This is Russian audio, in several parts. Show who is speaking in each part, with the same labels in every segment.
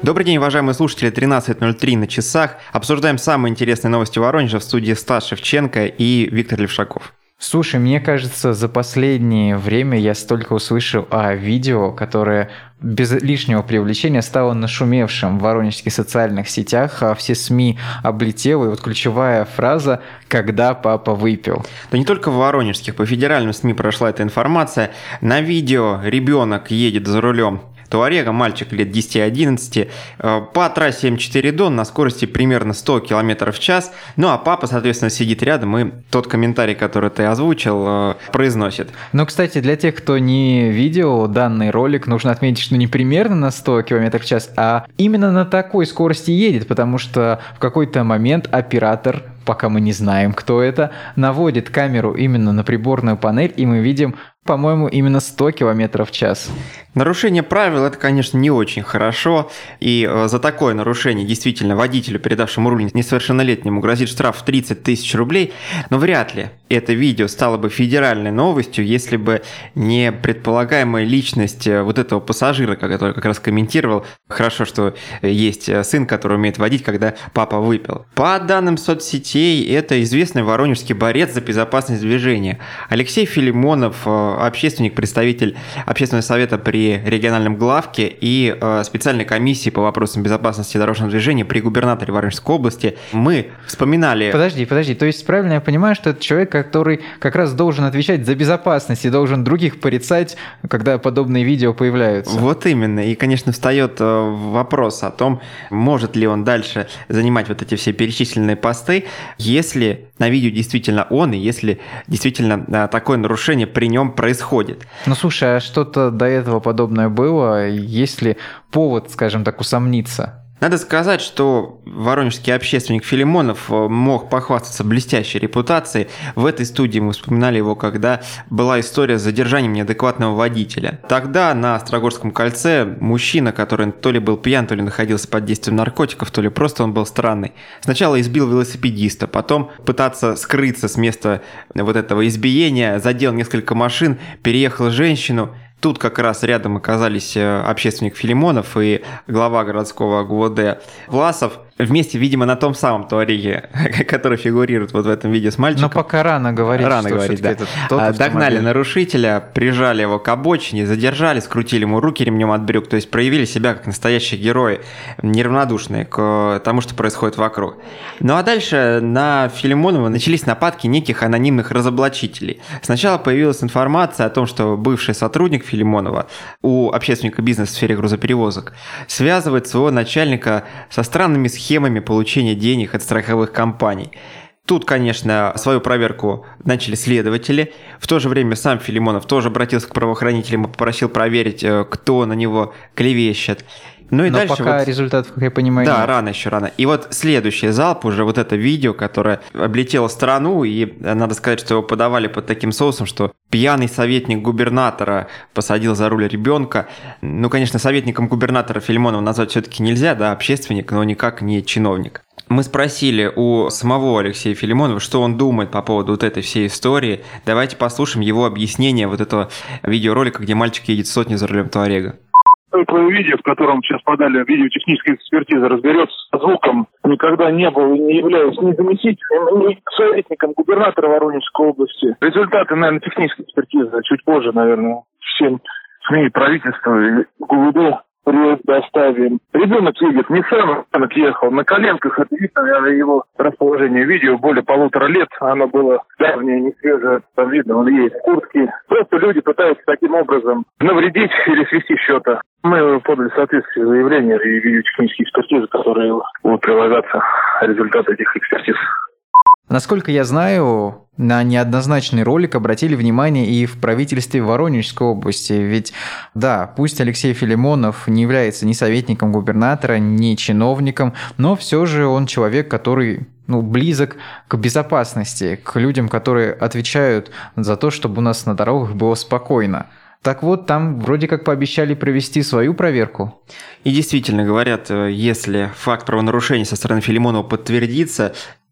Speaker 1: Добрый день, уважаемые слушатели, 13:03 на часах. Обсуждаем самые интересные новости Воронежа в студии Стас Шевченко и Виктор Левшаков.
Speaker 2: Слушай, мне кажется, за последнее время я столько услышал о видео, которое без лишнего привлечения стало нашумевшим в воронежских социальных сетях, а все СМИ облетело, и вот ключевая фраза «когда папа выпил».
Speaker 1: Да не только в воронежских, по федеральным СМИ прошла эта информация. На видео ребенок едет за рулем Туарега, мальчик лет 10-11, по трассе М4 Дон на скорости примерно 100 км в час. Ну а папа, соответственно, сидит рядом и тот комментарий, который ты озвучил, произносит.
Speaker 2: Но, кстати, для тех, кто не видел данный ролик, нужно отметить, что не примерно на 100 км в час, а именно на такой скорости едет, потому что в какой-то момент оператор, пока мы не знаем, кто это, наводит камеру именно на приборную панель, и мы видим, по-моему, именно 100 км в час.
Speaker 1: Нарушение правил – это, конечно, не очень хорошо, и за такое нарушение действительно водителю, передавшему руль несовершеннолетнему, грозит штраф в 30 тысяч рублей, но вряд ли это видео стало бы федеральной новостью, если бы не предполагаемая личность вот этого пассажира, который как раз комментировал. Хорошо, что есть сын, который умеет водить, когда папа выпил. По данным соцсетей, это известный воронежский борец за безопасность движения. Алексей Филимонов, общественник, представитель общественного совета при региональном главке и специальной комиссии по вопросам безопасности дорожного движения при губернаторе Воронежской области. Мы вспоминали...
Speaker 2: Подожди, то есть правильно я понимаю, что это человек, который как раз должен отвечать за безопасность и должен других порицать, когда подобные видео появляются?
Speaker 1: Вот именно. И, конечно, встает вопрос о том, может ли он дальше занимать вот эти все перечисленные посты, если на видео действительно он, и если действительно такое нарушение при нем происходит.
Speaker 2: Ну, слушай, а что-то до этого подобное было? Есть ли повод, скажем так, усомниться?
Speaker 1: Надо сказать, что воронежский общественник Филимонов мог похвастаться блестящей репутацией. В этой студии мы вспоминали его, когда была история с задержанием неадекватного водителя. Тогда на Острогорском кольце мужчина, который то ли был пьян, то ли находился под действием наркотиков, то ли просто он был странный, сначала избил велосипедиста, потом пытаться скрыться с места вот этого избиения, задел несколько машин, переехал женщину. Тут как раз рядом оказались общественник Филимонов и глава городского ГУВД Власов. Вместе, видимо, на том самом Туареге, который фигурирует вот в этом видео с мальчиком.
Speaker 2: Но пока рано говорить,
Speaker 1: да. Догнали нарушителя, прижали его к обочине, задержали, скрутили ему руки ремнем от брюк, то есть проявили себя как настоящие герои, неравнодушные к тому, что происходит вокруг. Ну а дальше на Филимонова начались нападки неких анонимных разоблачителей. Сначала появилась информация о том, что бывший сотрудник Филимонова у общественника бизнеса в сфере грузоперевозок связывает своего начальника со странными схемами получения денег от страховых компаний. Тут, конечно, свою проверку начали следователи. В то же время сам Филимонов тоже обратился к правоохранителям и попросил проверить, кто на него клевещет. Ну и
Speaker 2: но
Speaker 1: дальше
Speaker 2: пока результатов, как я понимаю,
Speaker 1: да,
Speaker 2: нет.
Speaker 1: рано. И вот следующий залп, уже вот это видео, которое облетело страну, и надо сказать, что его подавали под таким соусом, что пьяный советник губернатора посадил за руль ребенка. Ну, конечно, советником губернатора Филимонова назвать все-таки нельзя, да, общественник, но никак не чиновник. Мы спросили у самого Алексея Филимонова, что он думает по поводу вот этой всей истории. Давайте послушаем его объяснение вот этого видеоролика, где мальчик едет сотни за рулем Туарега.
Speaker 3: Твое видео, в котором сейчас подали видеотехническая экспертиза, разберется со звуком, никогда не был и не являюсь ни заместителем, ни советником губернатора Воронежской области. Результаты, наверное, технической экспертизы чуть позже, наверное, всем СМИ, правительству и ГУВД предоставим. Ребенок едет, не сам ребенок ехал, на коленках, это видно, наверное, его расположение. Видео более 1,5 лет, оно было давнее, не свежее, там видно, он едет в куртке. Просто люди пытаются таким образом навредить или свести счета. Мы подали соответствующее заявление и видеотехнические экспертизы, которые будут прилагаться результаты этих экспертиз.
Speaker 2: Насколько я знаю, на неоднозначный ролик обратили внимание и в правительстве Воронежской области. Ведь, да, пусть Алексей Филимонов не является ни советником губернатора, ни чиновником, но все же он человек, который близок к безопасности, к людям, которые отвечают за то, чтобы у нас на дорогах было спокойно. Так вот, там вроде как пообещали провести свою проверку.
Speaker 1: И действительно, говорят, если факт правонарушения со стороны Филимонова подтвердится,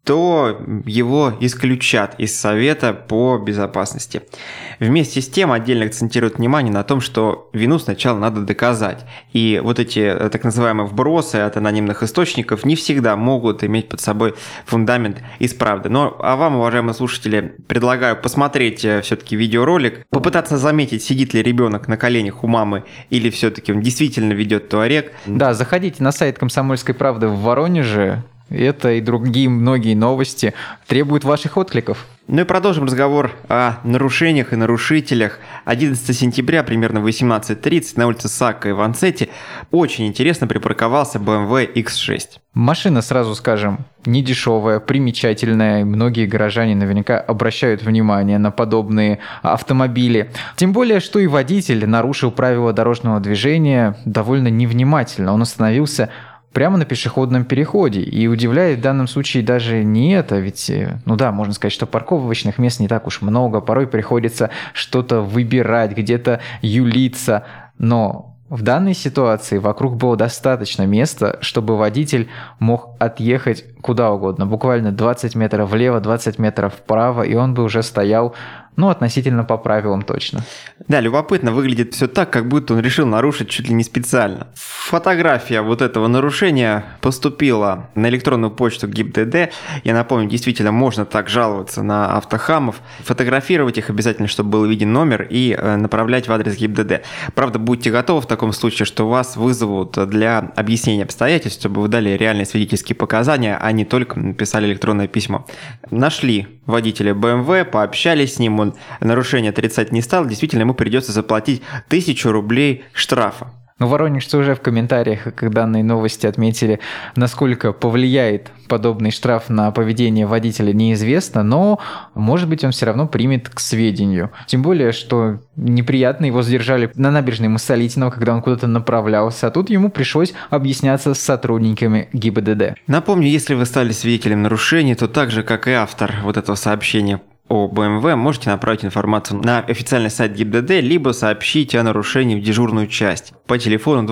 Speaker 1: то его исключат из Совета по безопасности. Вместе с тем отдельно акцентируют внимание на том, что вину сначала надо доказать. И вот эти так называемые вбросы от анонимных источников не всегда могут иметь под собой фундамент из правды. Но а вам, уважаемые слушатели, предлагаю посмотреть все-таки видеоролик, попытаться заметить, сидит ли ребенок на коленях у мамы или все-таки он действительно ведет туарек.
Speaker 2: Да, заходите на сайт «Комсомольской правды» в Воронеже. Это и другие многие новости требуют ваших откликов.
Speaker 1: Ну и продолжим разговор о нарушениях и нарушителях. 11 сентября, примерно в 18:30, на улице Сакка и Ванцетти очень интересно припарковался BMW X6.
Speaker 2: Машина, сразу скажем, не дешевая, примечательная. Многие горожане наверняка обращают внимание на подобные автомобили. Тем более, что и водитель нарушил правила дорожного движения довольно невнимательно. Он остановился прямо на пешеходном переходе. И удивляет в данном случае даже не это, ведь, ну да, можно сказать, что парковочных мест не так уж много, порой приходится что-то выбирать, где-то юлиться, но в данной ситуации вокруг было достаточно места, чтобы водитель мог отъехать куда угодно, буквально 20 метров влево, 20 метров вправо, и он бы уже стоял, ну, относительно по правилам точно.
Speaker 1: Да, любопытно, выглядит все так, как будто он решил нарушить чуть ли не специально. Фотография вот этого нарушения поступила на электронную почту ГИБДД. Я напомню, действительно можно так жаловаться на автохамов. Фотографировать их обязательно, чтобы был виден номер, и направлять в адрес ГИБДД. Правда, будьте готовы в таком случае, что вас вызовут для объяснения обстоятельств, чтобы вы дали реальные свидетельские показания, а не только написали электронное письмо. Нашли водителя BMW, пообщались с ним, он нарушение отрицать не стал, действительно ему придется заплатить 1000 рублей штрафа.
Speaker 2: Но воронежцы уже в комментариях к данной новости отметили, насколько повлияет подобный штраф на поведение водителя, неизвестно, но, может быть, он все равно примет к сведению. Тем более, что неприятно его задержали на набережной Моссолитиного, когда он куда-то направлялся, а тут ему пришлось объясняться с сотрудниками ГИБДД.
Speaker 1: Напомню, если вы стали свидетелем нарушений, то так же, как и автор вот этого сообщения о BMW, можете направить информацию на официальный сайт ГИБДД, либо сообщить о нарушении в дежурную часть по телефону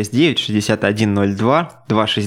Speaker 1: 269-6102,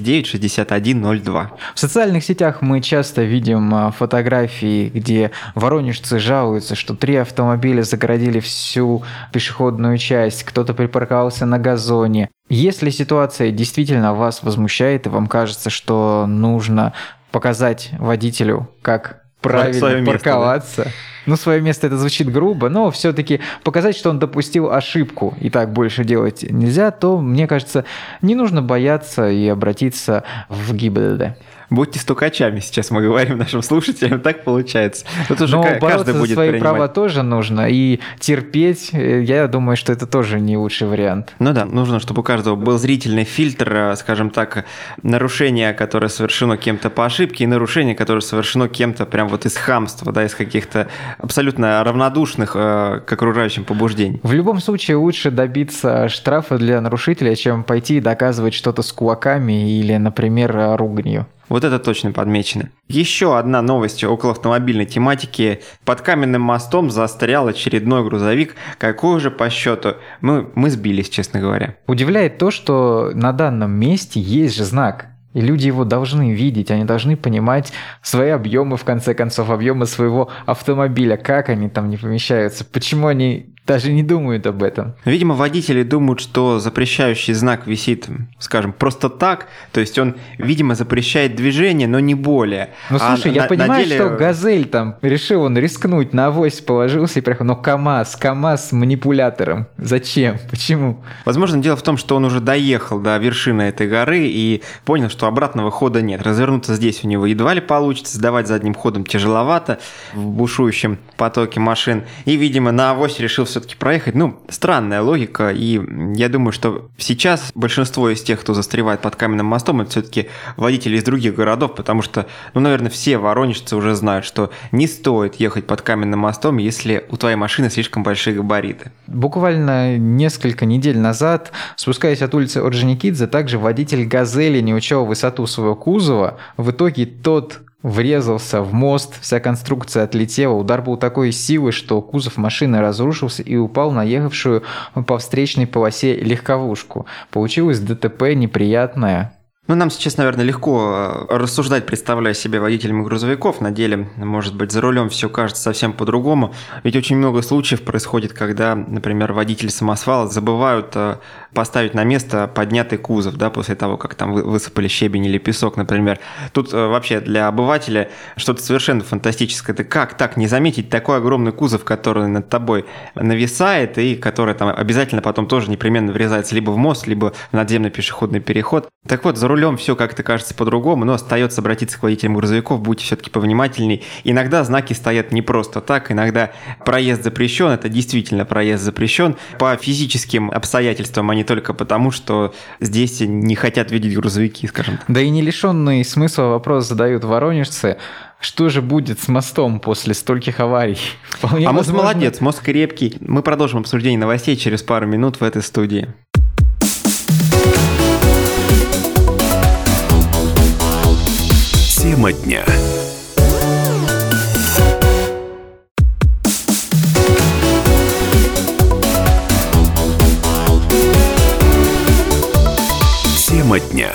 Speaker 1: 269-6102.
Speaker 2: В социальных сетях мы часто видим фотографии, где воронежцы жалуются, что 3 автомобиля загородили всю пешеходную часть, кто-то припарковался на газоне. Если ситуация действительно вас возмущает, и вам кажется, что нужно показать водителю, как правильно парковаться. Место, да? Ну, свое место это звучит грубо, но все-таки показать, что он допустил ошибку, и так больше делать нельзя, то, мне кажется, не нужно бояться и обратиться в ГИБДД.
Speaker 1: Будьте стукачами, сейчас мы говорим нашим слушателям, так получается.
Speaker 2: Тут уже каждый будет за свои права тоже нужно, и терпеть, я думаю, что это тоже не лучший вариант.
Speaker 1: Ну да, нужно, чтобы у каждого был зрительный фильтр, скажем так, нарушение, которое совершено кем-то по ошибке, и нарушение, которое совершено кем-то прям вот из хамства, да, из каких-то абсолютно равнодушных к окружающим побуждений.
Speaker 2: В любом случае лучше добиться штрафа для нарушителя, чем пойти и доказывать что-то с кулаками или, например, руганью.
Speaker 1: Вот это точно подмечено. Еще одна новость около автомобильной тематики. Под Каменным мостом застрял очередной грузовик. Какой же по счету? Мы сбились, честно говоря.
Speaker 2: Удивляет то, что на данном месте есть же знак. И люди его должны видеть, они должны понимать свои объемы, в конце концов, объемы своего автомобиля, как они там не помещаются, почему они даже не думают об этом.
Speaker 1: Видимо, водители думают, что запрещающий знак висит, скажем, просто так, то есть он, видимо, запрещает движение, но не более.
Speaker 2: Ну, слушай, я понимаю, что «Газель» там решил он рискнуть, на авось положился и приехал, но КамАЗ с манипулятором. Зачем? Почему?
Speaker 1: Возможно, дело в том, что он уже доехал до вершины этой горы и понял, что обратного хода нет. Развернуться здесь у него едва ли получится, сдавать задним ходом тяжеловато в бушующем потоке машин. И, видимо, на авось решил все-таки проехать. Ну, странная логика. И я думаю, что сейчас большинство из тех, кто застревает под Каменным мостом, это все-таки водители из других городов, потому что, ну, наверное, все воронежцы уже знают, что не стоит ехать под Каменным мостом, если у твоей машины слишком большие габариты.
Speaker 2: Буквально несколько недель назад, спускаясь от улицы Орджоникидзе, также водитель «Газели» не учел высоту своего кузова. В итоге тот врезался в мост, вся конструкция отлетела. Удар был такой силы, что кузов машины разрушился и упал на ехавшую по встречной полосе легковушку. Получилось ДТП неприятное.
Speaker 1: Ну, нам сейчас, наверное, легко рассуждать, представляя себя водителями грузовиков. На деле, может быть, за рулем все кажется совсем по-другому. Ведь очень много случаев происходит, когда, например, водители самосвала забывают поставить на место поднятый кузов, да, после того, как там высыпали щебень или песок, например. Тут вообще для обывателя что-то совершенно фантастическое. Ты как так не заметить такой огромный кузов, который над тобой нависает и который там обязательно потом тоже непременно врезается либо в мост, либо в надземный пешеходный переход. Так вот, за рулем все как-то кажется по-другому, но остается обратиться к водителям грузовиков, будьте все-таки повнимательней. Иногда знаки стоят не просто так, иногда проезд запрещен, это действительно проезд запрещен по физическим обстоятельствам, а не только потому, что здесь не хотят видеть грузовики, скажем так.
Speaker 2: Да и не лишенный смысла вопрос задают воронежцы. Что же будет с мостом после стольких аварий?
Speaker 1: Вполне мост молодец, мост крепкий. Мы продолжим обсуждение новостей через пару минут в этой студии.
Speaker 4: Тема дня. Тема дня.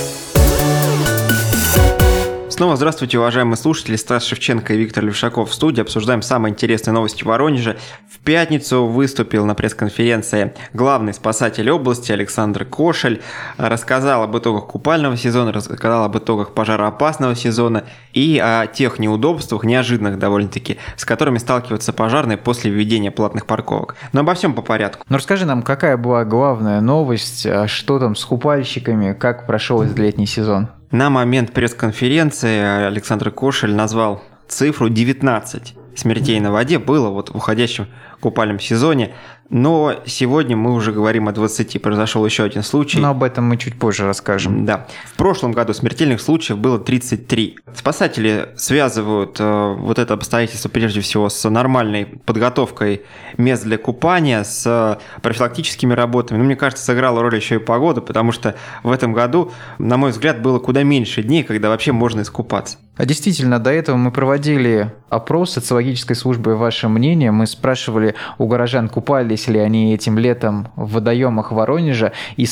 Speaker 1: Снова здравствуйте, уважаемые слушатели. Стас Шевченко и Виктор Левшаков в студии. Обсуждаем самые интересные новости в Воронеже. В пятницу выступил на пресс-конференции главный спасатель области Александр Кошель. Рассказал об итогах купального сезона, рассказал об итогах пожароопасного сезона и о тех неудобствах, неожиданных довольно-таки, с которыми сталкиваются пожарные после введения платных парковок. Но обо всем по порядку.
Speaker 2: Ну расскажи нам, какая была главная новость, что там с купальщиками, как прошел этот летний сезон?
Speaker 1: На момент пресс-конференции Александр Кошель назвал цифру 19 смертей на воде было вот в уходящем купальном сезоне, но сегодня мы уже говорим о 20. Произошел еще один случай.
Speaker 2: Но об этом мы чуть позже расскажем.
Speaker 1: Да. В прошлом году смертельных случаев было 33. Спасатели связывают вот это обстоятельство прежде всего с нормальной подготовкой мест для купания, с профилактическими работами. Но мне кажется, сыграла роль еще и погода, потому что в этом году, на мой взгляд, было куда меньше дней, когда вообще можно искупаться.
Speaker 2: А действительно, до этого мы проводили опрос социологической службы «Ваше мнение». Мы спрашивали у горожан, купались ли они этим летом в водоемах Воронежа, и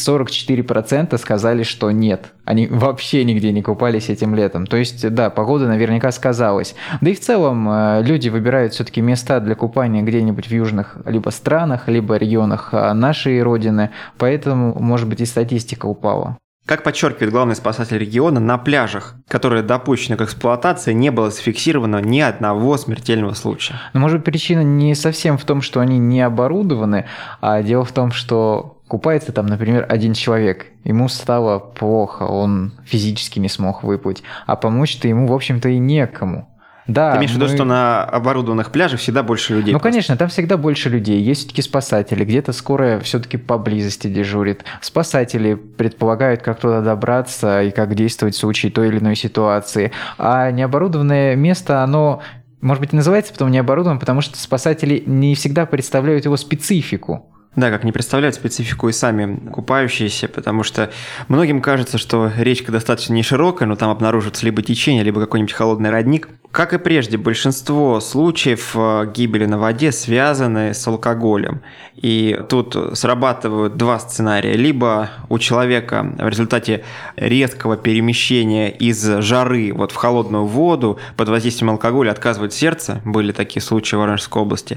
Speaker 2: 44% сказали, что нет. Они вообще нигде не купались этим летом. То есть, да, погода наверняка сказалась. Да и в целом люди выбирают все-таки места для купания где-нибудь в южных либо странах, либо регионах нашей родины. Поэтому, может быть, и статистика упала.
Speaker 1: Как подчеркивает главный спасатель региона, на пляжах, которые допущены к эксплуатации, не было зафиксировано ни одного смертельного случая.
Speaker 2: Но, может быть, причина не совсем в том, что они не оборудованы, а дело в том, что купается там, например, один человек. Ему стало плохо, он физически не смог выплыть, а помочь-то ему, в общем-то, и некому. Да,
Speaker 1: ты имеешь в виду, что на оборудованных пляжах всегда больше людей?
Speaker 2: Ну, конечно, там всегда больше людей. Есть все-таки спасатели, где-то скорая все-таки поблизости дежурит. Спасатели предполагают, как туда добраться и как действовать в случае той или иной ситуации. А необорудованное место, оно, может быть, и называется потом необорудованным, потому что спасатели не всегда представляют его специфику.
Speaker 1: Да, как не представляют специфику и сами купающиеся, потому что многим кажется, что речка достаточно не широкая, но там обнаружится либо течение, либо какой-нибудь холодный родник. Как и прежде, большинство случаев гибели на воде связаны с алкоголем. И тут срабатывают два сценария. Либо у человека в результате резкого перемещения из жары вот в холодную воду под воздействием алкоголя отказывает сердце, были такие случаи в Воронежской области,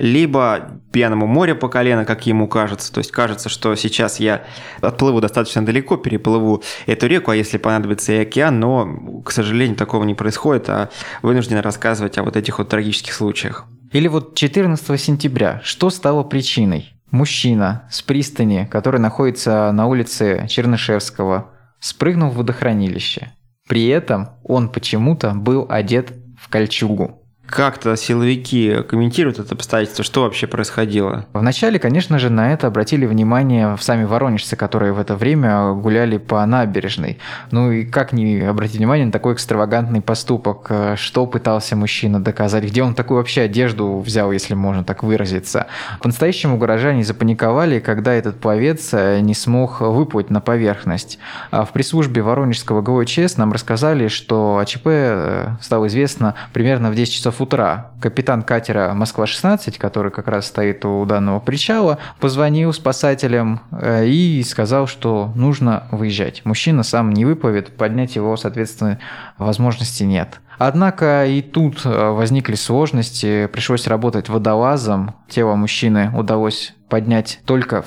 Speaker 1: либо пьяному море по колено, как ему кажется. То есть кажется, что сейчас я отплыву достаточно далеко, переплыву эту реку, а если понадобится и океан, но, к сожалению, такого не происходит, а вынуждены рассказывать о вот этих вот трагических случаях.
Speaker 2: Или вот 14 сентября. Что стало причиной? Мужчина с пристани, который находится на улице Чернышевского, спрыгнул в водохранилище. При этом он почему-то был одет в кольчугу.
Speaker 1: Как-то силовики комментируют это обстоятельство? Что вообще происходило?
Speaker 2: Вначале, конечно же, на это обратили внимание сами воронежцы, которые в это время гуляли по набережной. Ну и как не обратить внимание на такой экстравагантный поступок? Что пытался мужчина доказать? Где он такую вообще одежду взял, если можно так выразиться? По-настоящему горожане запаниковали, когда этот пловец не смог выплыть на поверхность. В пресс-службе Воронежского ГОЧС нам рассказали, что о ЧП стало известно примерно в 10 часов часов утра капитан катера «Москва-16», который как раз стоит у данного причала, позвонил спасателям и сказал, что нужно выезжать. Мужчина сам не выплывет, поднять его, соответственно, возможности нет. Однако и тут возникли сложности, пришлось работать водолазом. Тело мужчины удалось поднять только в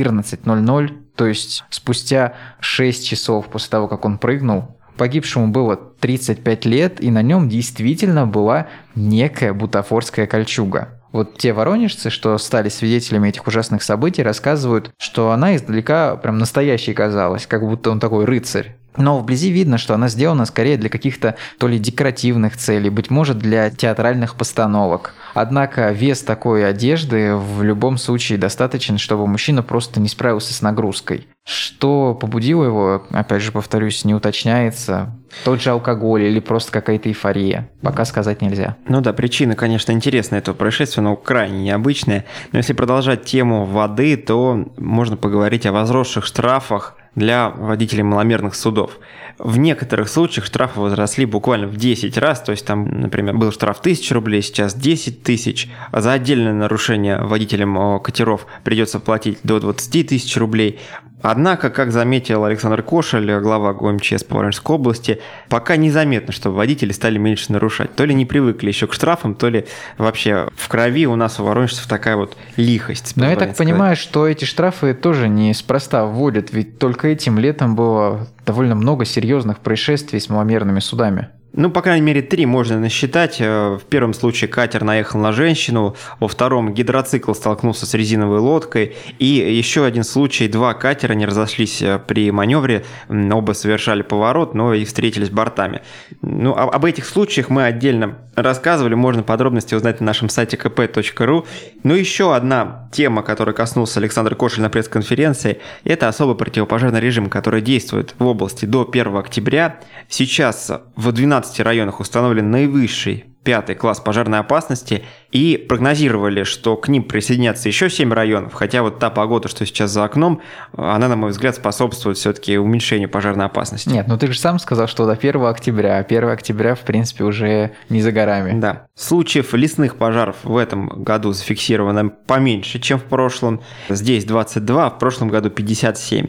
Speaker 2: 14:00, то есть спустя 6 часов после того, как он прыгнул. Погибшему было 35 лет, и на нем действительно была некая бутафорская кольчуга. Вот те воронежцы, что стали свидетелями этих ужасных событий, рассказывают, что она издалека прям настоящей казалась, как будто он такой рыцарь. Но вблизи видно, что она сделана скорее для каких-то то ли декоративных целей, быть может, для театральных постановок. Однако вес такой одежды в любом случае достаточен, чтобы мужчина просто не справился с нагрузкой. Что побудило его, опять же повторюсь, не уточняется. Тот же алкоголь или просто какая-то эйфория. Пока сказать нельзя.
Speaker 1: Ну да, причина, конечно, интересная этого происшествия, но крайне необычная. Но если продолжать тему воды, то можно поговорить о возросших штрафах для водителей маломерных судов. В некоторых случаях штрафы возросли буквально в 10 раз, то есть там, например, был штраф 1000 рублей, сейчас 10 тысяч, а за отдельное нарушение водителям катеров придется платить до 20 тысяч рублей. Однако, как заметил Александр Кошель, глава ГУМЧС по Воронежской области, пока незаметно, что водители стали меньше нарушать. То ли не привыкли еще к штрафам, то ли вообще в крови у нас у воронежцев такая вот лихость.
Speaker 2: Но я так понимаю, что эти штрафы тоже неспроста вводят, ведь только этим летом было довольно много серьезных происшествий с маломерными судами.
Speaker 1: Ну, по крайней мере, 3 можно насчитать. В первом случае катер наехал на женщину, во втором гидроцикл столкнулся с резиновой лодкой, и еще один случай, 2 катера не разошлись при маневре, оба совершали поворот, но и встретились бортами. Ну, об этих случаях мы отдельно рассказывали, можно подробности узнать на нашем сайте kp.ru. Но еще одна тема, которой коснулся Александр Кошель на пресс-конференции, это особый противопожарный режим, который действует в области до 1 октября. Сейчас в 12 районах установлен наивысший 5 класс пожарной опасности, и прогнозировали, что к ним присоединятся еще 7 районов, хотя вот та погода, что сейчас за окном, она, на мой взгляд, способствует все-таки уменьшению пожарной опасности.
Speaker 2: Нет, ну ты же сам сказал, что до 1 октября, а 1 октября, в принципе, уже не за горами.
Speaker 1: Да. Случаев лесных пожаров в этом году зафиксировано поменьше, чем в прошлом. Здесь 22, в прошлом году 57.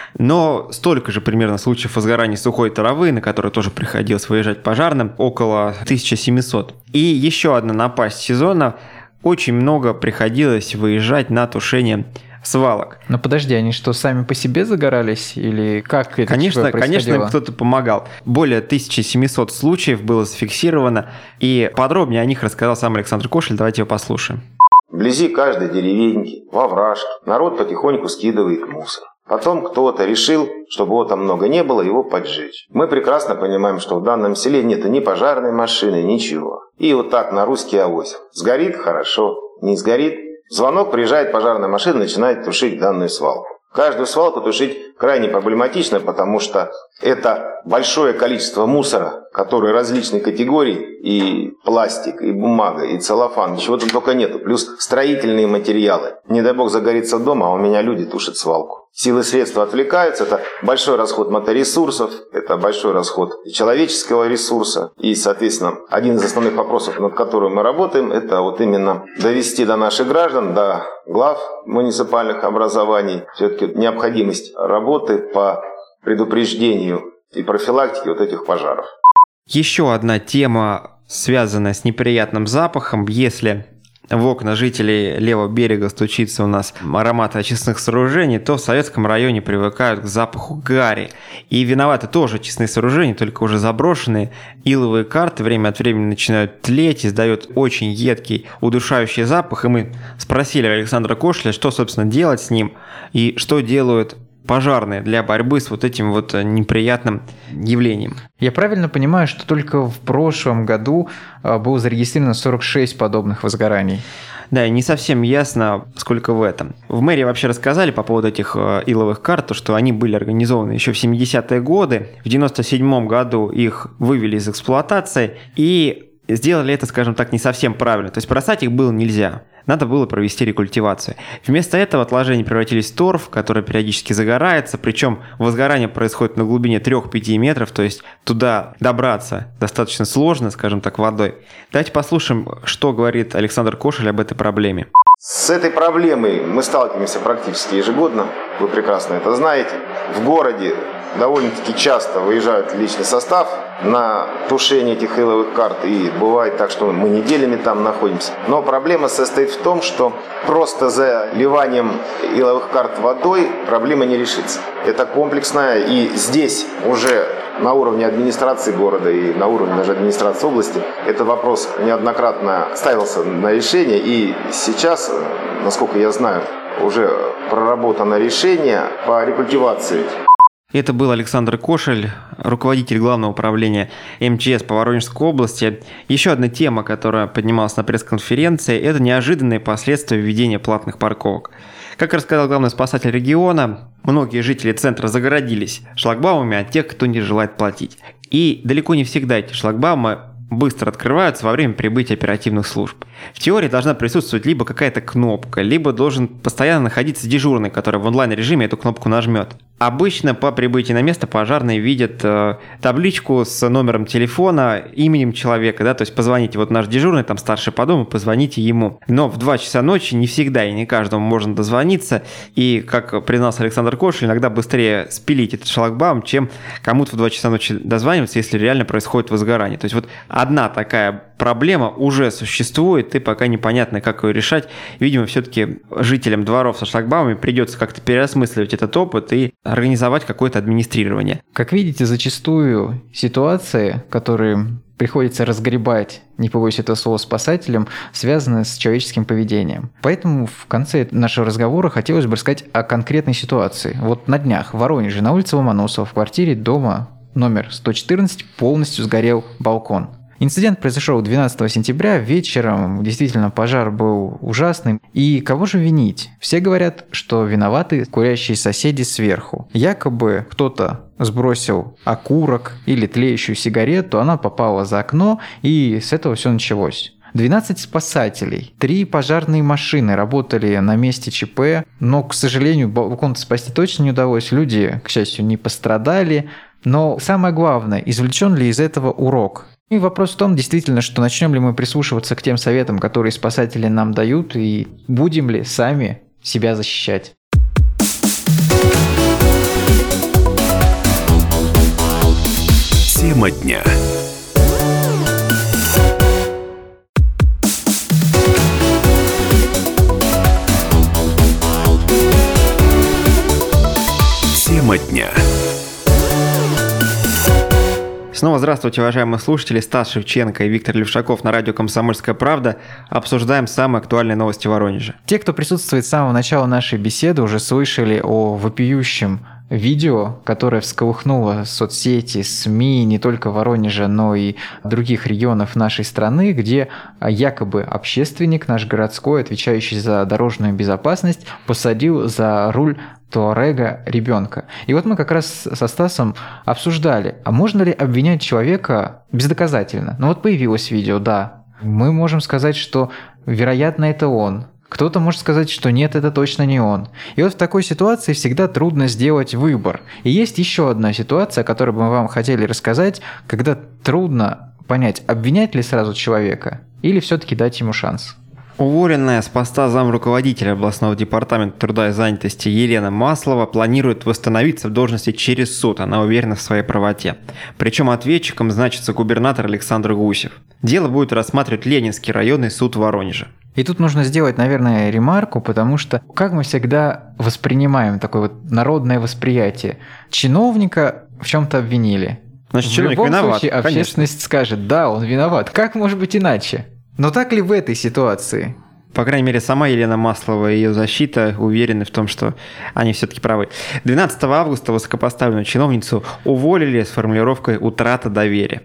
Speaker 1: Но столько же примерно случаев возгорания сухой травы, на которые тоже приходилось выезжать пожарным, около 1700. И еще одна напасть сезона. Очень много приходилось выезжать на тушение свалок.
Speaker 2: Но подожди, они что, сами по себе загорались? Или как это происходило?
Speaker 1: Конечно, им кто-то помогал. Более 1700 случаев было зафиксировано. И подробнее о них рассказал сам Александр Кошель. Давайте его послушаем.
Speaker 5: Вблизи каждой деревеньки, во овражке, народ потихоньку скидывает мусор. Потом кто-то решил, чтобы его там много не было, его поджечь. Мы прекрасно понимаем, что в данном селе нет ни пожарной машины, ничего. И вот так на русский авось. Сгорит – хорошо, не сгорит – звонок, приезжает пожарная машина, начинает тушить данную свалку. Каждую свалку тушить крайне проблематично, потому что это большое количество мусора, который различной категории, и пластик, и бумага, и целлофан, чего тут только нету, плюс строительные материалы. Не дай бог загорится дома, а у меня люди тушат свалку. Силы и средства отвлекаются, это большой расход моторесурсов, это большой расход человеческого ресурса. И, соответственно, один из основных вопросов, над которым мы работаем, это вот именно довести до наших граждан, до глав муниципальных образований, все-таки необходимость работы по предупреждению и профилактике вот этих пожаров.
Speaker 1: Еще одна тема, связанная с неприятным запахом. Если в окна жителей левого берега стучится у нас аромат очистных сооружений, то в Советском районе привыкают к запаху гари. И виноваты тоже очистные сооружения, только уже заброшенные. Иловые карты время от времени начинают тлеть, издают очень едкий, удушающий запах. И мы спросили Александра Кошеля, что, собственно, делать с ним и что делают пожарные для борьбы с вот этим вот неприятным явлением.
Speaker 2: Я правильно понимаю, что только в прошлом году было зарегистрировано 46 подобных возгораний?
Speaker 1: Да, и не совсем ясно, сколько в этом. В мэрии вообще рассказали по поводу этих иловых карт, что они были организованы еще в 70-е годы. В 97-м году их вывели из эксплуатации, и сделали это, скажем так, не совсем правильно. То есть бросать их было нельзя. Надо было провести рекультивацию. Вместо этого отложения превратились в торф, который периодически загорается, причем возгорание происходит на глубине 3-5 метров, то есть туда добраться достаточно сложно, скажем так, водой. Давайте послушаем, что говорит Александр Кошель об этой проблеме.
Speaker 5: С этой проблемой мы сталкиваемся практически ежегодно, вы прекрасно это знаете. В городе довольно-таки часто выезжает личный состав на тушение этих иловых карт, и бывает так, что мы неделями там находимся. Но проблема состоит в том, что просто заливанием иловых карт водой проблема не решится. Это комплексная, и здесь уже на уровне администрации города и на уровне даже администрации области этот вопрос неоднократно ставился на решение, и сейчас, насколько я знаю, уже проработано решение по рекультивации.
Speaker 1: Это был Александр Кошель, руководитель Главного управления МЧС по Воронежской области. Еще одна тема, которая поднималась на пресс-конференции, это неожиданные последствия введения платных парковок. Как рассказал главный спасатель региона, многие жители центра загородились шлагбаумами от тех, кто не желает платить. И далеко не всегда эти шлагбаумы быстро открываются во время прибытия оперативных служб. В теории должна присутствовать либо какая-то кнопка, либо должен постоянно находиться дежурный, который в онлайн-режиме эту кнопку нажмет. Обычно по прибытии на место пожарные видят табличку с номером телефона, именем человека, да, то есть позвоните, вот наш дежурный, там старший по дому, позвоните ему. Но в 2 часа ночи не всегда и не каждому можно дозвониться, и, как признался Александр Кошель, иногда быстрее спилить этот шлагбаум, чем кому-то в 2 часа ночи дозваниваться, если реально происходит возгорание. То есть вот одна такая проблема уже существует, и пока непонятно, как ее решать. Видимо, все-таки жителям дворов со шлагбаумами придется как-то переосмысливать этот опыт и организовать какое-то администрирование.
Speaker 2: Как видите, зачастую ситуации, которые приходится разгребать, не побоюсь этого слова, спасателям, связаны с человеческим поведением. Поэтому в конце нашего разговора хотелось бы рассказать о конкретной ситуации. Вот на днях в Воронеже на улице Ломоносова в квартире дома номер 114 полностью сгорел балкон. Инцидент произошел 12 сентября вечером, действительно пожар был ужасным. И кого же винить? Все говорят, что виноваты курящие соседи сверху. Якобы кто-то сбросил окурок или тлеющую сигарету, она попала за окно, и с этого все началось. 12 спасателей, 3 пожарные машины работали на месте ЧП, но, к сожалению, балкон спасти точно не удалось. Люди, к счастью, не пострадали. Но самое главное, извлечен ли из этого урок? И вопрос в том, действительно, что начнем ли мы прислушиваться к тем советам, которые спасатели нам дают, и будем ли сами себя защищать.
Speaker 4: Тема дня. Тема дня.
Speaker 1: Снова здравствуйте, уважаемые слушатели. Стас Шевченко и Виктор Левшаков на радио «Комсомольская правда». Обсуждаем самые актуальные новости Воронежа.
Speaker 2: Те, кто присутствует с самого начала нашей беседы, уже слышали о вопиющем видео, которое всколыхнуло соцсети, СМИ не только Воронежа, но и других регионов нашей страны, где якобы общественник, наш городской, отвечающий за дорожную безопасность, посадил за руль Туарега ребенка. И вот мы как раз со Стасом обсуждали, а можно ли обвинять человека бездоказательно? Ну вот появилось видео, да. Мы можем сказать, что вероятно это он. Кто-то может сказать, что нет, это точно не он. И вот в такой ситуации всегда трудно сделать выбор. И есть еще одна ситуация, о которой мы вам хотели рассказать, когда трудно понять, обвинять ли сразу человека или все-таки дать ему шанс.
Speaker 1: Уволенная с поста замруководителя областного департамента труда и занятости Елена Маслова планирует восстановиться в должности через суд. Она уверена в своей правоте. Причем ответчиком значится губернатор Александр Гусев. Дело будет рассматривать Ленинский районный суд Воронежа.
Speaker 2: И тут нужно сделать, наверное, ремарку, потому что как мы всегда воспринимаем такое вот народное восприятие. Чиновника в чем-то обвинили.
Speaker 1: Значит,
Speaker 2: в
Speaker 1: чиновник
Speaker 2: любом
Speaker 1: виноват,
Speaker 2: случае общественность
Speaker 1: конечно.
Speaker 2: скажет, да, он виноват. Как может быть иначе? Но так ли в этой ситуации?
Speaker 1: По крайней мере, сама Елена Маслова и ее защита уверены в том, что они все-таки правы. 12 августа высокопоставленную чиновницу уволили с формулировкой «утрата доверия».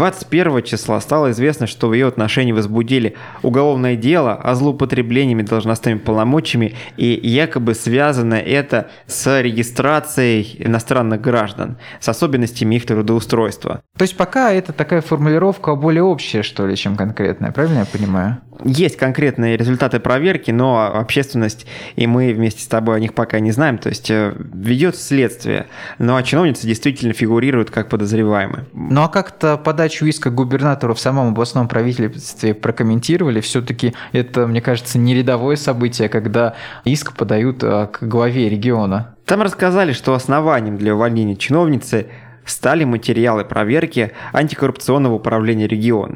Speaker 1: 21 числа стало известно, что в ее отношении возбудили уголовное дело о злоупотреблениями должностными полномочиями, и якобы связано это с регистрацией иностранных граждан, с особенностями их трудоустройства.
Speaker 2: То есть пока это такая формулировка более общая, что ли, чем конкретная, правильно я понимаю?
Speaker 1: Есть конкретные результаты проверки, но общественность и мы вместе с тобой о них пока не знаем. То есть ведется следствие, но чиновницы действительно фигурируют как подозреваемые.
Speaker 2: Ну а как-то подачу иска губернатору в самом областном правительстве прокомментировали? Все-таки это, мне кажется, не рядовое событие, когда иск подают к главе региона.
Speaker 1: Там рассказали, что основанием для увольнения чиновницы стали материалы проверки антикоррупционного управления региона.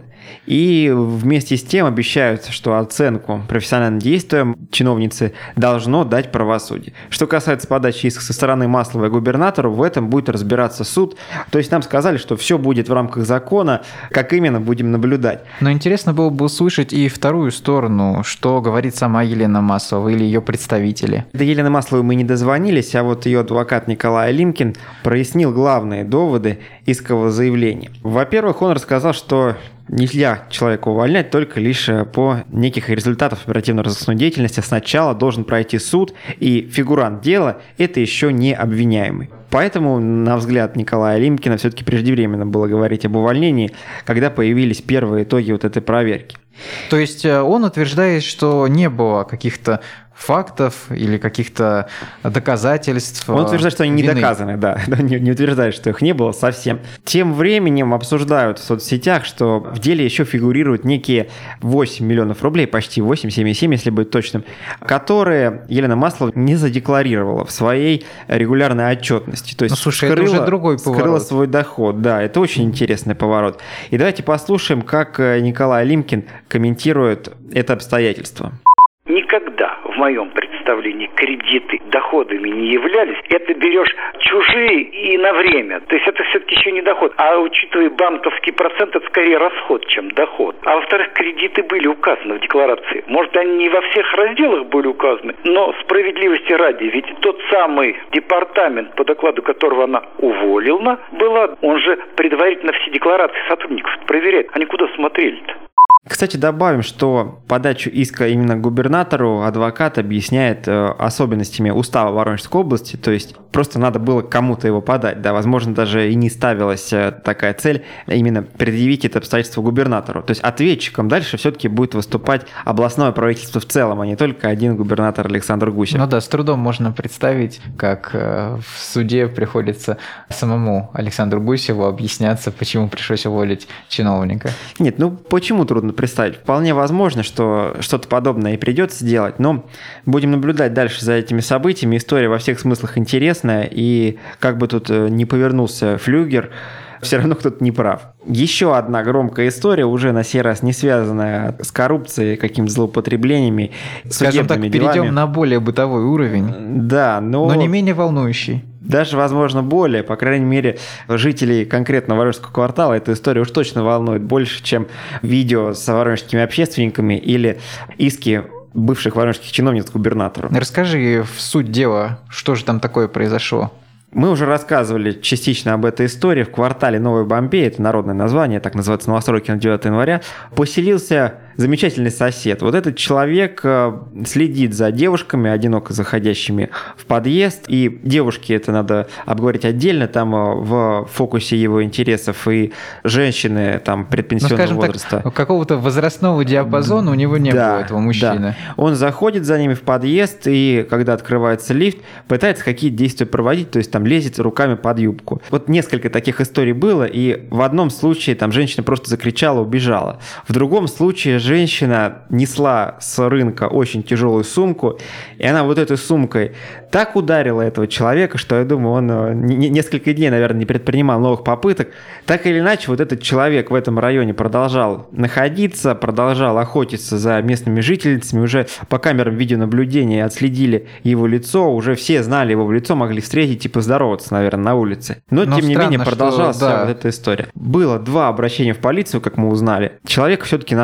Speaker 1: И вместе с тем обещают, что оценку профессиональным действиям чиновницы должно дать правосудие. Что касается подачи иска со стороны Масловой губернатору, в этом будет разбираться суд. То есть нам сказали, что все будет в рамках закона, как именно будем наблюдать.
Speaker 2: Но интересно было бы услышать и вторую сторону, что говорит сама Елена Маслова или ее представители.
Speaker 1: До Елены Масловой мы не дозвонились, а вот ее адвокат Николай Алимкин прояснил главные доводы искового заявления. Во-первых, он рассказал, что нельзя человека увольнять только лишь по неких результатах оперативно-розыскной деятельности. Сначала должен пройти суд, и фигурант дела – это еще не обвиняемый. Поэтому, на взгляд Николая Алимкина, все-таки преждевременно было говорить об увольнении, когда появились первые итоги вот этой проверки.
Speaker 2: То есть он утверждает, что не было каких-то фактов или каких-то доказательств.
Speaker 1: Он утверждает, что они не
Speaker 2: вины.
Speaker 1: доказаны, да. Не утверждает, что их не было совсем. Тем временем обсуждают в соцсетях, что в деле еще фигурируют некие 8 миллионов рублей, почти 8, 7,7, если быть точным, которые Елена Маслова не задекларировала в своей регулярной отчетности. То есть
Speaker 2: слушай, это уже другой поворот.
Speaker 1: Скрыла свой доход. Да, это очень интересный поворот. И давайте послушаем, как Николай Алимкин комментирует это обстоятельство.
Speaker 6: Никогда в моем представлении кредиты доходами не являлись. Это берешь чужие и на время. То есть это все-таки еще не доход. А учитывая банковский процент, это скорее расход, чем доход. А во-вторых, кредиты были указаны в декларации. Может, они не во всех разделах были указаны, но справедливости ради. Ведь тот самый департамент, по докладу которого она уволена была, он же предварительно все декларации сотрудников проверяет. Они куда смотрели-то?
Speaker 1: Кстати, добавим, что подачу иска именно губернатору адвокат объясняет особенностями устава Воронежской области, то есть просто надо было кому-то его подать, да, возможно, даже и не ставилась такая цель именно предъявить это обстоятельство губернатору. То есть ответчиком дальше все-таки будет выступать областное правительство в целом, а не только один губернатор Александр Гусев.
Speaker 2: Ну да, с трудом можно представить, как в суде приходится самому Александру Гусеву объясняться, почему пришлось уволить чиновника.
Speaker 1: Нет, ну почему трудно представить? Вполне возможно, что что-то подобное и придется делать, но будем наблюдать дальше за этими событиями. История во всех смыслах интересная, и как бы тут ни повернулся флюгер, все равно кто-то не прав. Еще одна громкая история, уже на сей раз не связанная с коррупцией, какими-то злоупотреблениями,
Speaker 2: скажем так,
Speaker 1: делами.
Speaker 2: перейдем на более бытовой уровень,
Speaker 1: да, но
Speaker 2: не менее волнующий.
Speaker 1: Даже, возможно, более, по крайней мере, жителей конкретно Воронежского квартала эта история уж точно волнует больше, чем видео с воронежскими общественниками или иски бывших воронежских чиновниц к губернатору.
Speaker 2: Расскажи в суть дела, что же там такое произошло?
Speaker 1: Мы уже рассказывали частично об этой истории. В квартале Новой Бомбей, это народное название, так называется новостройки на 9 января, поселился замечательный сосед. Вот этот человек следит за девушками, одиноко заходящими в подъезд. И девушки, это надо обговорить отдельно, там в фокусе его интересов и женщины там предпенсионного возраста.
Speaker 2: Так, какого-то возрастного диапазона у него не было, этого мужчины.
Speaker 1: Да. Он заходит за ними в подъезд, и когда открывается лифт, пытается какие-то действия проводить, то есть там лезет руками под юбку. Вот несколько таких историй было, и в одном случае там женщина просто закричала, убежала. В другом случае женщина несла с рынка очень тяжелую сумку, и она вот этой сумкой так ударила этого человека, что, я думаю, он несколько дней, наверное, не предпринимал новых попыток. Так или иначе, вот этот человек в этом районе продолжал находиться, продолжал охотиться за местными жительницами. Уже по камерам видеонаблюдения отследили его лицо, уже все знали его в лицо, могли встретить и поздороваться, наверное, на улице. Но тем не менее, продолжалась вся вот эта история. Было 2 обращения в полицию, как мы узнали. Человека все-таки нашли.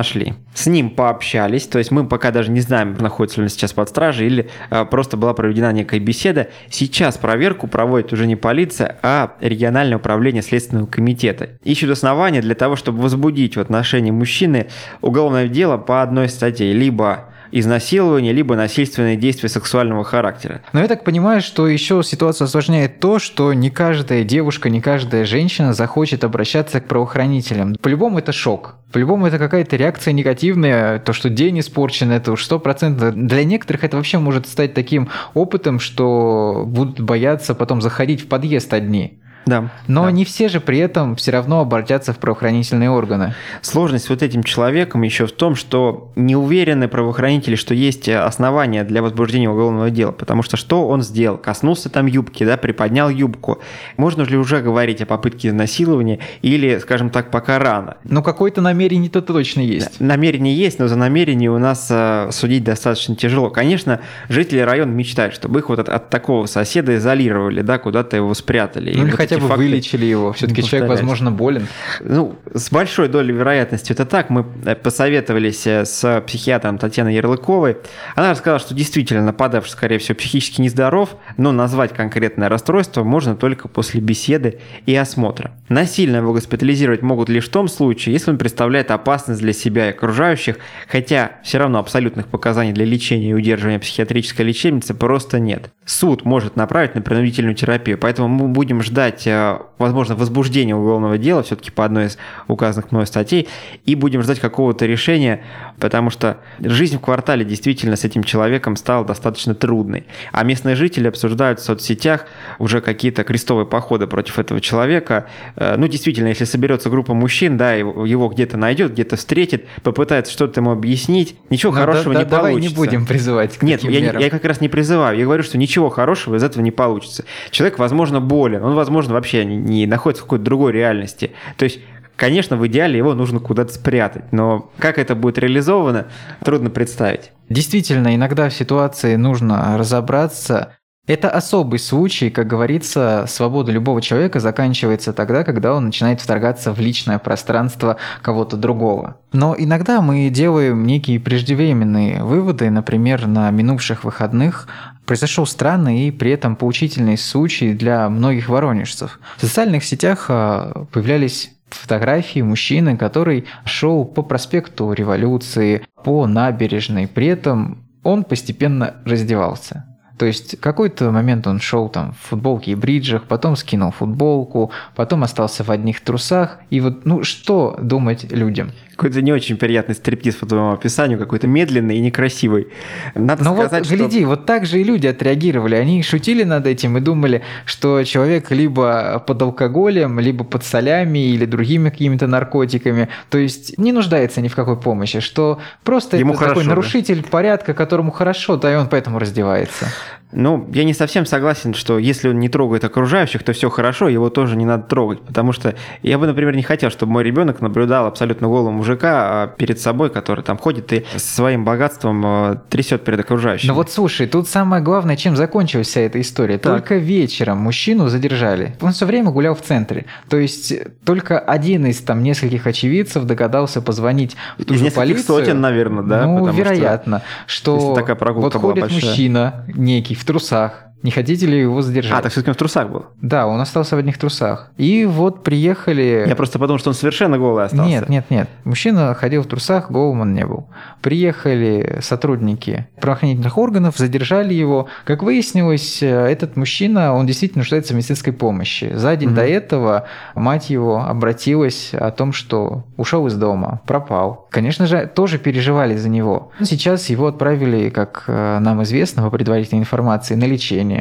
Speaker 1: с ним пообщались, то есть мы пока даже не знаем, находится ли он сейчас под стражей или просто была проведена некая беседа. Сейчас проверку проводит уже не полиция, а региональное управление Следственного комитета. Ищут основания для того, чтобы возбудить в отношении мужчины уголовное дело по одной статье, либо изнасилование, либо насильственные действия сексуального характера.
Speaker 2: Но я так понимаю, что еще ситуацию осложняет то, что не каждая девушка, не каждая женщина захочет обращаться к правоохранителям. По-любому это шок. По-любому это какая-то реакция негативная, то, что день испорчен, это уж 100%. Для некоторых это вообще может стать таким опытом, что будут бояться потом заходить в подъезд одни.
Speaker 1: Да.
Speaker 2: Но
Speaker 1: да.
Speaker 2: не все же при этом все равно обратятся в правоохранительные органы.
Speaker 1: Сложность вот этим человеком еще в том, что не уверены правоохранители, что есть основания для возбуждения уголовного дела, потому что что он сделал? Коснулся там юбки, да, приподнял юбку. Можно ли уже говорить о попытке изнасилования или, скажем так, пока рано?
Speaker 2: Ну, какое-то намерение-то точно есть.
Speaker 1: Намерение есть, но за намерение у нас судить достаточно тяжело. Конечно, жители района мечтают, чтобы их вот от такого соседа изолировали, да, куда-то его спрятали.
Speaker 2: Ну, или
Speaker 1: вот
Speaker 2: хотя бы вылечили его. Все-таки человек, возможно, болен.
Speaker 1: Ну, с большой долей вероятности это так. Мы посоветовались с психиатром Татьяной Ярлыковой. Она рассказала, что действительно нападавший, скорее всего, психически нездоров, но назвать конкретное расстройство можно только после беседы и осмотра. Насильно его госпитализировать могут лишь в том случае, если он представляет опасность для себя и окружающих, хотя все равно абсолютных показаний для лечения и удерживания психиатрической лечебницы просто нет. Суд может направить на принудительную терапию, поэтому мы будем ждать, возможно, возбуждения уголовного дела все-таки по одной из указанных мной статей, и будем ждать какого-то решения, потому что жизнь в квартале действительно с этим человеком стала достаточно трудной. А местные жители обсуждают в соцсетях уже какие-то крестовые походы против этого человека. Ну, действительно, если соберется группа мужчин, да, его где-то найдет, где-то встретит, попытается что-то ему объяснить, ничего хорошего не
Speaker 2: давай
Speaker 1: получится.
Speaker 2: Не будем призывать к
Speaker 1: Нет,
Speaker 2: таким мерам.
Speaker 1: я как раз не призываю. Я говорю, что ничего хорошего из этого не получится. Человек, возможно, болен, он, возможно, вообще не находится в какой-то другой реальности. То есть, конечно, в идеале его нужно куда-то спрятать, но как это будет реализовано, трудно представить.
Speaker 2: Действительно, иногда в ситуации нужно разобраться. Это особый случай, как говорится, свобода любого человека заканчивается тогда, когда он начинает вторгаться в личное пространство кого-то другого. Но иногда мы делаем некие преждевременные выводы, например, на минувших выходных произошел странный и при этом поучительный случай для многих воронежцев. В социальных сетях появлялись фотографии мужчины, который шел по проспекту Революции, по набережной, при этом он постепенно раздевался. То есть в какой-то момент он шел там в футболке и бриджах, потом скинул футболку, потом остался в одних трусах. И вот, ну что думать людям?
Speaker 1: Какой-то не очень приятный стриптиз по твоему описанию, какой-то медленный и некрасивый. Надо сказать,
Speaker 2: вот, гляди, вот так же и люди отреагировали. Они шутили над этим и думали, что человек либо под алкоголем, либо под солями или другими какими-то наркотиками. То есть не нуждается ни в какой помощи, что просто ему это хорошо, такой нарушитель порядка, которому хорошо, да и он поэтому раздевается.
Speaker 1: Ну, я не совсем согласен, что если он не трогает окружающих, то все хорошо, его тоже не надо трогать, потому что я бы, например, не хотел, чтобы мой ребенок наблюдал абсолютно голого мужика перед собой, который там ходит и своим богатством трясет перед окружающими.
Speaker 2: Ну вот слушай, тут самое главное, чем закончилась вся эта история. Так. Только вечером мужчину задержали. Он все время гулял в центре. То есть только один из там нескольких очевидцев догадался позвонить в ту же полицию.
Speaker 1: Из сотен, наверное, да?
Speaker 2: Ну, вероятно, что
Speaker 1: такая прогулка
Speaker 2: вот ходит
Speaker 1: большая.
Speaker 2: Мужчина некий в трусах. Не хотите ли его задержать?
Speaker 1: А, так все-таки он в трусах был?
Speaker 2: Да, он остался в одних трусах. И вот приехали...
Speaker 1: Я просто подумал, что он совершенно голый остался.
Speaker 2: Нет. Мужчина ходил в трусах, голым он не был. Приехали сотрудники правоохранительных органов, задержали его. Как выяснилось, этот мужчина, он действительно нуждается в медицинской помощи. За день до этого мать его обратилась о том, что ушел из дома, пропал. Конечно же, тоже переживали за него. Сейчас его отправили, как нам известно, по предварительной информации, на лечение.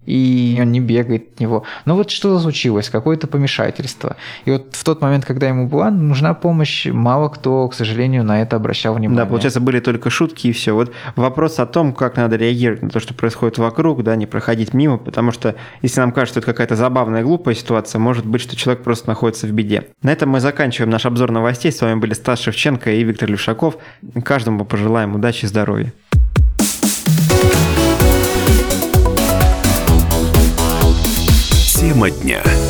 Speaker 2: И он не бегает от него. Но вот что случилось? Какое-то помешательство. И вот в тот момент, когда ему была нужна помощь, мало кто, к сожалению, на это обращал внимание.
Speaker 1: Да, получается, были только шутки и все. Вот вопрос о том, как надо реагировать на то, что происходит вокруг, да, не проходить мимо, потому что если нам кажется, что это какая-то забавная, глупая ситуация, может быть, что человек просто находится в беде. На этом мы заканчиваем наш обзор новостей. С вами были Стас Шевченко и Виктор Левшаков. Каждому пожелаем удачи и здоровья.
Speaker 4: Тема дня.